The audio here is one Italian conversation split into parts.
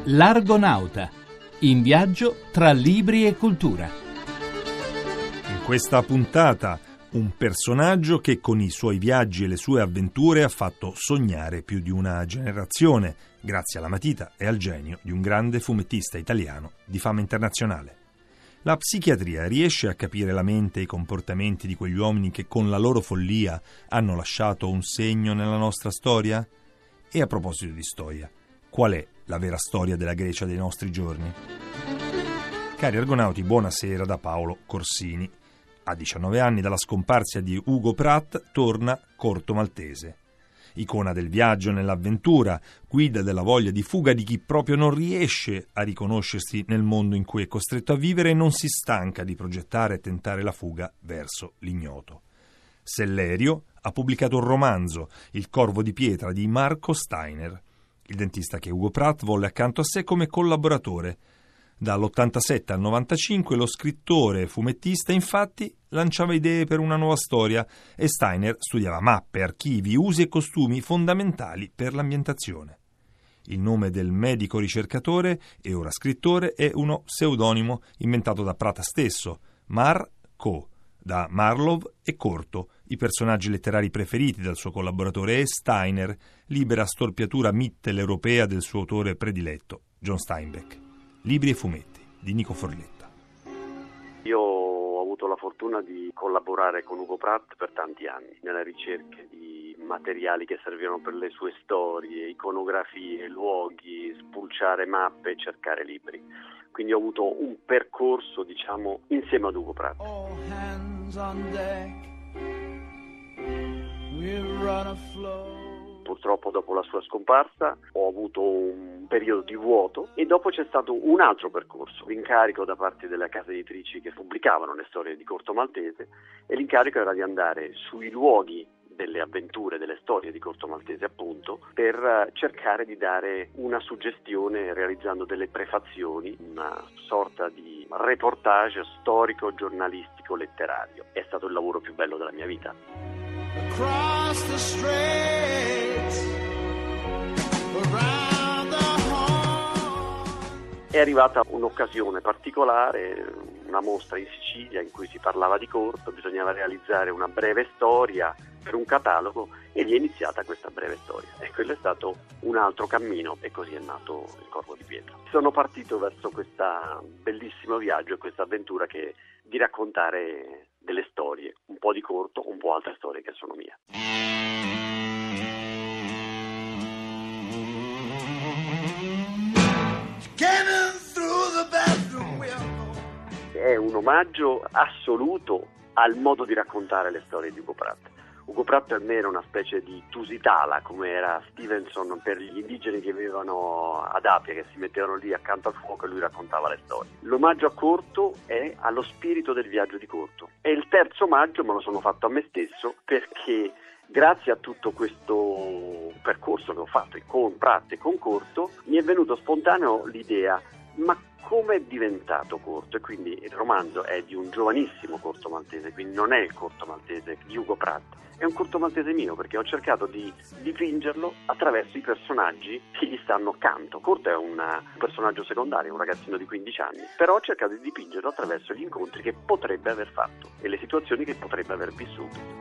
L'Argonauta, in viaggio tra libri e cultura. In questa puntata, un personaggio che con i suoi viaggi e le sue avventure ha fatto sognare più di una generazione, grazie alla matita e al genio di un grande fumettista italiano di fama internazionale. La psichiatria riesce a capire la mente e i comportamenti di quegli uomini che con la loro follia hanno lasciato un segno nella nostra storia? E a proposito di storia, qual è la vera storia della Grecia dei nostri giorni? Cari argonauti, buonasera da Paolo Corsini. A 19 anni dalla scomparsa di Hugo Pratt torna Corto Maltese. Icona del viaggio nell'avventura, guida della voglia di fuga di chi proprio non riesce a riconoscersi nel mondo in cui è costretto a vivere e non si stanca di progettare e tentare la fuga verso l'ignoto. Sellerio ha pubblicato un romanzo, Il corvo di pietra di Marco Steiner, il dentista che Hugo Pratt volle accanto a sé come collaboratore. Dall'87 al 95 lo scrittore e fumettista infatti lanciava idee per una nuova storia e Steiner studiava mappe, archivi, usi e costumi fondamentali per l'ambientazione. Il nome del medico ricercatore e ora scrittore è uno pseudonimo inventato da Pratt stesso, Mar-Co, da Marlow e Corto, i personaggi letterari preferiti dal suo collaboratore, e Steiner, libera storpiatura mitteleuropea del suo autore prediletto, John Steinbeck. Libri e fumetti di Nico Forletta. Io ho avuto la fortuna di collaborare con Hugo Pratt per tanti anni nella ricerca di materiali che servivano per le sue storie, iconografie, luoghi, spulciare mappe e cercare libri. Quindi ho avuto un percorso, insieme ad Hugo Pratt. All hands on deck. We'll run afloat. Purtroppo dopo la sua scomparsa ho avuto un periodo di vuoto e dopo c'è stato un altro percorso, l'incarico da parte delle case editrici che pubblicavano le storie di Corto Maltese, e l'incarico era di andare sui luoghi delle avventure, delle storie di Corto Maltese appunto, per cercare di dare una suggestione realizzando delle prefazioni, una sorta di reportage storico, giornalistico, letterario. È stato il lavoro più bello della mia vita. Across the straits, around the horn. È arrivata un'occasione particolare, una mostra in Sicilia in cui si parlava di Corto, bisognava realizzare una breve storia per un catalogo e lì è iniziata questa breve storia. E quello è stato un altro cammino e così è nato Il corvo di pietra. Sono partito verso questo bellissimo viaggio e questa avventura di raccontare delle storie, un po' di Corto, un po' altre storie che sono mie. È un omaggio assoluto al modo di raccontare le storie di Hugo Pratt. Hugo Pratt per me era una specie di Tusitala, come era Stevenson per gli indigeni che vivevano ad Apia, che si mettevano lì accanto al fuoco e lui raccontava le storie. L'omaggio a Corto è allo spirito del viaggio di Corto. E il terzo omaggio me lo sono fatto a me stesso, perché grazie a tutto questo percorso che ho fatto con Pratt e con Corto mi è venuto spontaneo l'idea: ma come è diventato Corto? E quindi il romanzo è di un giovanissimo Corto Maltese, quindi non è il Corto Maltese di Hugo Pratt, è un Corto Maltese mio, perché ho cercato di dipingerlo attraverso i personaggi che gli stanno accanto. Corto è un personaggio secondario, un ragazzino di 15 anni, però ho cercato di dipingerlo attraverso gli incontri che potrebbe aver fatto e le situazioni che potrebbe aver vissuto.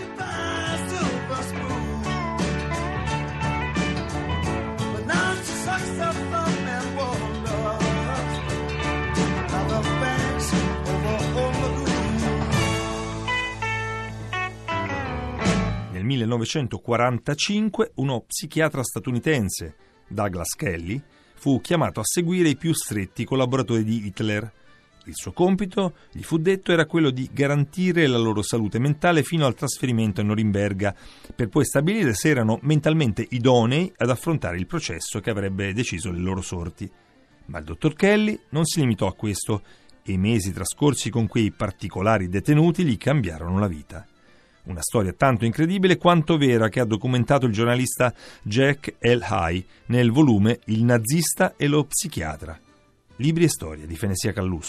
Nel 1945 uno psichiatra statunitense, Douglas Kelly, fu chiamato a seguire i più stretti collaboratori di Hitler. Il suo compito, gli fu detto, era quello di garantire la loro salute mentale fino al trasferimento a Norimberga, per poi stabilire se erano mentalmente idonei ad affrontare il processo che avrebbe deciso le loro sorti. Ma il dottor Kelly non si limitò a questo e i mesi trascorsi con quei particolari detenuti gli cambiarono la vita. Una storia tanto incredibile quanto vera che ha documentato il giornalista Jack L. Hay nel volume Il nazista e lo psichiatra. Libri e storie di Fenezia Calluso.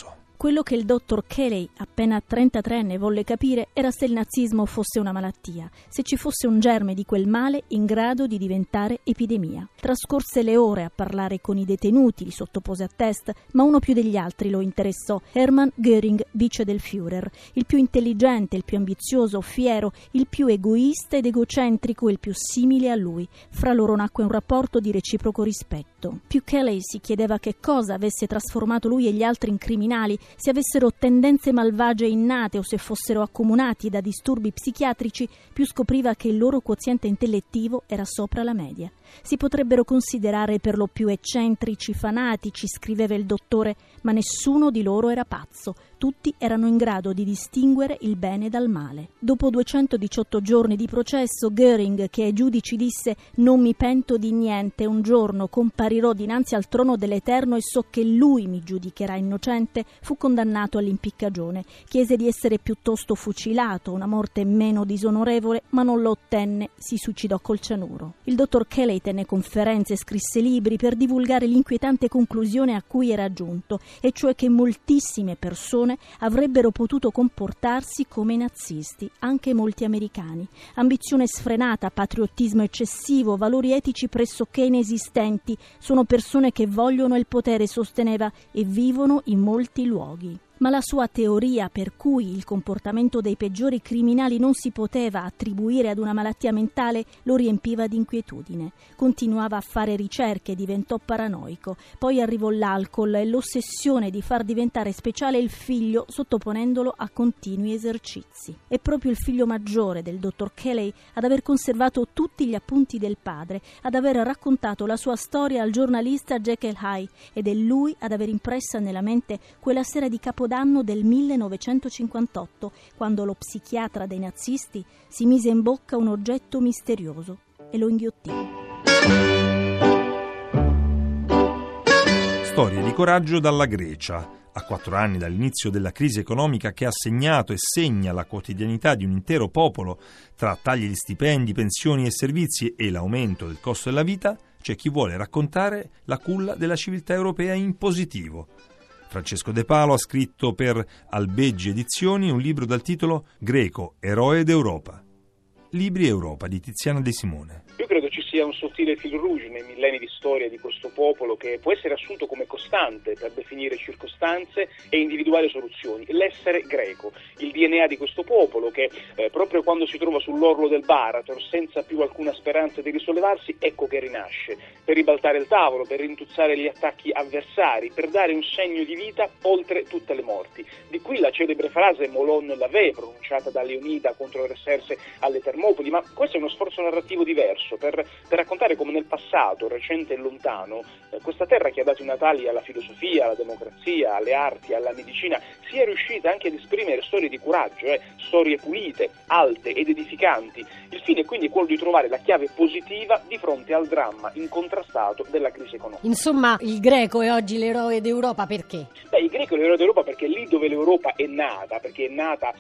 Quello che il dottor Kelly, appena 33enne, volle capire era se il nazismo fosse una malattia, se ci fosse un germe di quel male in grado di diventare epidemia. Trascorse le ore a parlare con i detenuti, li sottopose a test, ma uno più degli altri lo interessò: Hermann Göring, vice del Führer, il più intelligente, il più ambizioso, fiero, il più egoista ed egocentrico e il più simile a lui. Fra loro nacque un rapporto di reciproco rispetto. Più Kelly si chiedeva che cosa avesse trasformato lui e gli altri in criminali, se avessero tendenze malvagie innate o se fossero accomunati da disturbi psichiatrici, più scopriva che il loro quoziente intellettivo era sopra la media. Si potrebbero considerare per lo più eccentrici, fanatici, scriveva il dottore, ma nessuno di loro era pazzo. Tutti erano in grado di distinguere il bene dal male. Dopo 218 giorni di processo, Göring, che ai giudici disse: «Non mi pento di niente, un giorno comparirò dinanzi al trono dell'Eterno e so che lui mi giudicherà innocente», fu condannato all'impiccagione. Chiese di essere piuttosto fucilato, una morte meno disonorevole, ma non lo ottenne, si suicidò col cianuro. Il dottor Kelly tenne conferenze e scrisse libri per divulgare l'inquietante conclusione a cui era giunto, e cioè che moltissime persone avrebbero potuto comportarsi come i nazisti, anche molti americani. Ambizione sfrenata, patriottismo eccessivo, valori etici pressoché inesistenti, sono persone che vogliono il potere, sosteneva, e vivono in molti luoghi. Ma la sua teoria per cui il comportamento dei peggiori criminali non si poteva attribuire ad una malattia mentale lo riempiva di inquietudine. Continuava a fare ricerche, diventò paranoico. Poi arrivò l'alcol e l'ossessione di far diventare speciale il figlio sottoponendolo a continui esercizi. È proprio il figlio maggiore del dottor Kelly ad aver conservato tutti gli appunti del padre, ad aver raccontato la sua storia al giornalista Jekyll Hyde, ed è lui ad aver impressa nella mente quella sera di Capodanno del 1958, quando lo psichiatra dei nazisti si mise in bocca un oggetto misterioso e lo inghiottì. Storie di coraggio dalla Grecia. A 4 anni dall'inizio della crisi economica che ha segnato e segna la quotidianità di un intero popolo, tra tagli di stipendi, pensioni e servizi e l'aumento del costo della vita, c'è chi vuole raccontare la culla della civiltà europea in positivo. Francesco De Palo ha scritto per Albeggi Edizioni un libro dal titolo Greco, eroe d'Europa. Libri Europa di Tiziana De Simone. Io credo ci sia un sottile fil rouge nei millenni di storia di questo popolo che può essere assunto come costante per definire circostanze e individuare soluzioni: l'essere greco, il DNA di questo popolo che proprio quando si trova sull'orlo del baratro, senza più alcuna speranza di risollevarsi, ecco che rinasce, per ribaltare il tavolo, per rintuzzare gli attacchi avversari, per dare un segno di vita oltre tutte le morti. Di qui la celebre frase Molon l'avè, pronunciata da Leonida contro Resserse alle Termopili, ma questo è uno sforzo narrativo diverso, per raccontare come nel passato, recente e lontano, questa terra che ha dato i natali alla filosofia, alla democrazia, alle arti, alla medicina, sia riuscita anche ad esprimere storie di coraggio, storie pulite, alte ed edificanti. Il fine quindi è quello di trovare la chiave positiva di fronte al dramma incontrastato della crisi economica. Insomma, il greco è oggi l'eroe d'Europa perché? Il greco è l'eroe d'Europa perché lì dove l'Europa è nata, perché è nata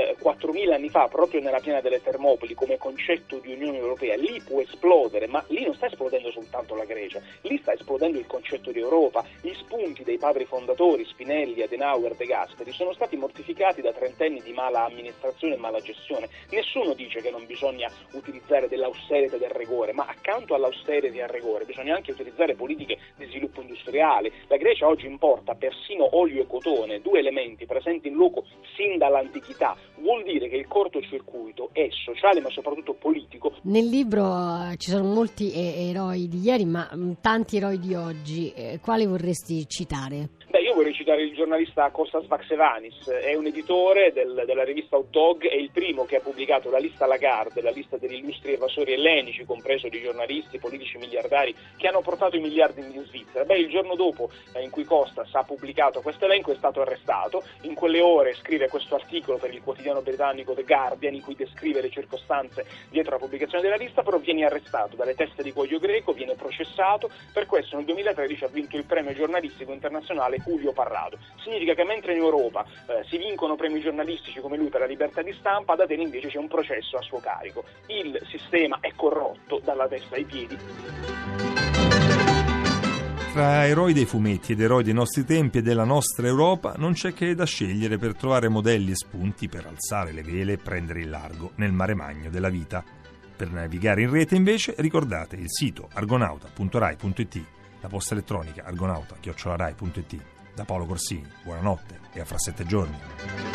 4.000 anni fa, proprio nella piana delle Termopili, come concetto di Unione Europea, lì può esplodere, ma lì non sta esplodendo soltanto la Grecia, lì sta esplodendo il concetto di Europa. Gli spunti dei padri fondatori, Spinelli, Adenauer, De Gasperi, sono stati mortificati da trentenni di mala amministrazione e mala gestione. Nessuno dice che non bisogna utilizzare dell'austerity e del rigore, ma accanto all'austerity e al rigore bisogna anche utilizzare politiche di sviluppo industriale. La Grecia oggi importa persino olio e cotone, 2 elementi presenti in loco sin dall'antichità. Vuol dire che il cortocircuito è sociale ma soprattutto politico. Nel libro ci sono molti eroi di ieri, ma tanti eroi di oggi. Quali vorresti citare? Io vorrei citare il giornalista Kostas Vaxevanis, è un editore della rivista Hot Dog, è il primo che ha pubblicato la lista Lagarde, la lista degli illustri evasori ellenici, compreso di giornalisti, politici miliardari che hanno portato i miliardi in Svizzera. Il giorno dopo in cui Kostas ha pubblicato questo elenco è stato arrestato, in quelle ore scrive questo articolo per il quotidiano britannico The Guardian in cui descrive le circostanze dietro la pubblicazione della lista, però viene arrestato dalle teste di cuoio greco, viene processato, per questo nel 2013 ha vinto il premio giornalistico internazionale Julio Parrado. Significa che mentre in Europa si vincono premi giornalistici come lui per la libertà di stampa, ad Atene invece c'è un processo a suo carico. Il sistema è corrotto dalla testa ai piedi. Tra eroi dei fumetti ed eroi dei nostri tempi e della nostra Europa non c'è che da scegliere per trovare modelli e spunti per alzare le vele e prendere il largo nel mare magno della vita. Per navigare in rete invece ricordate il sito argonauta.rai.it, la posta elettronica argonauta@rai.it. Da Paolo Corsini, buonanotte e a fra 7 giorni.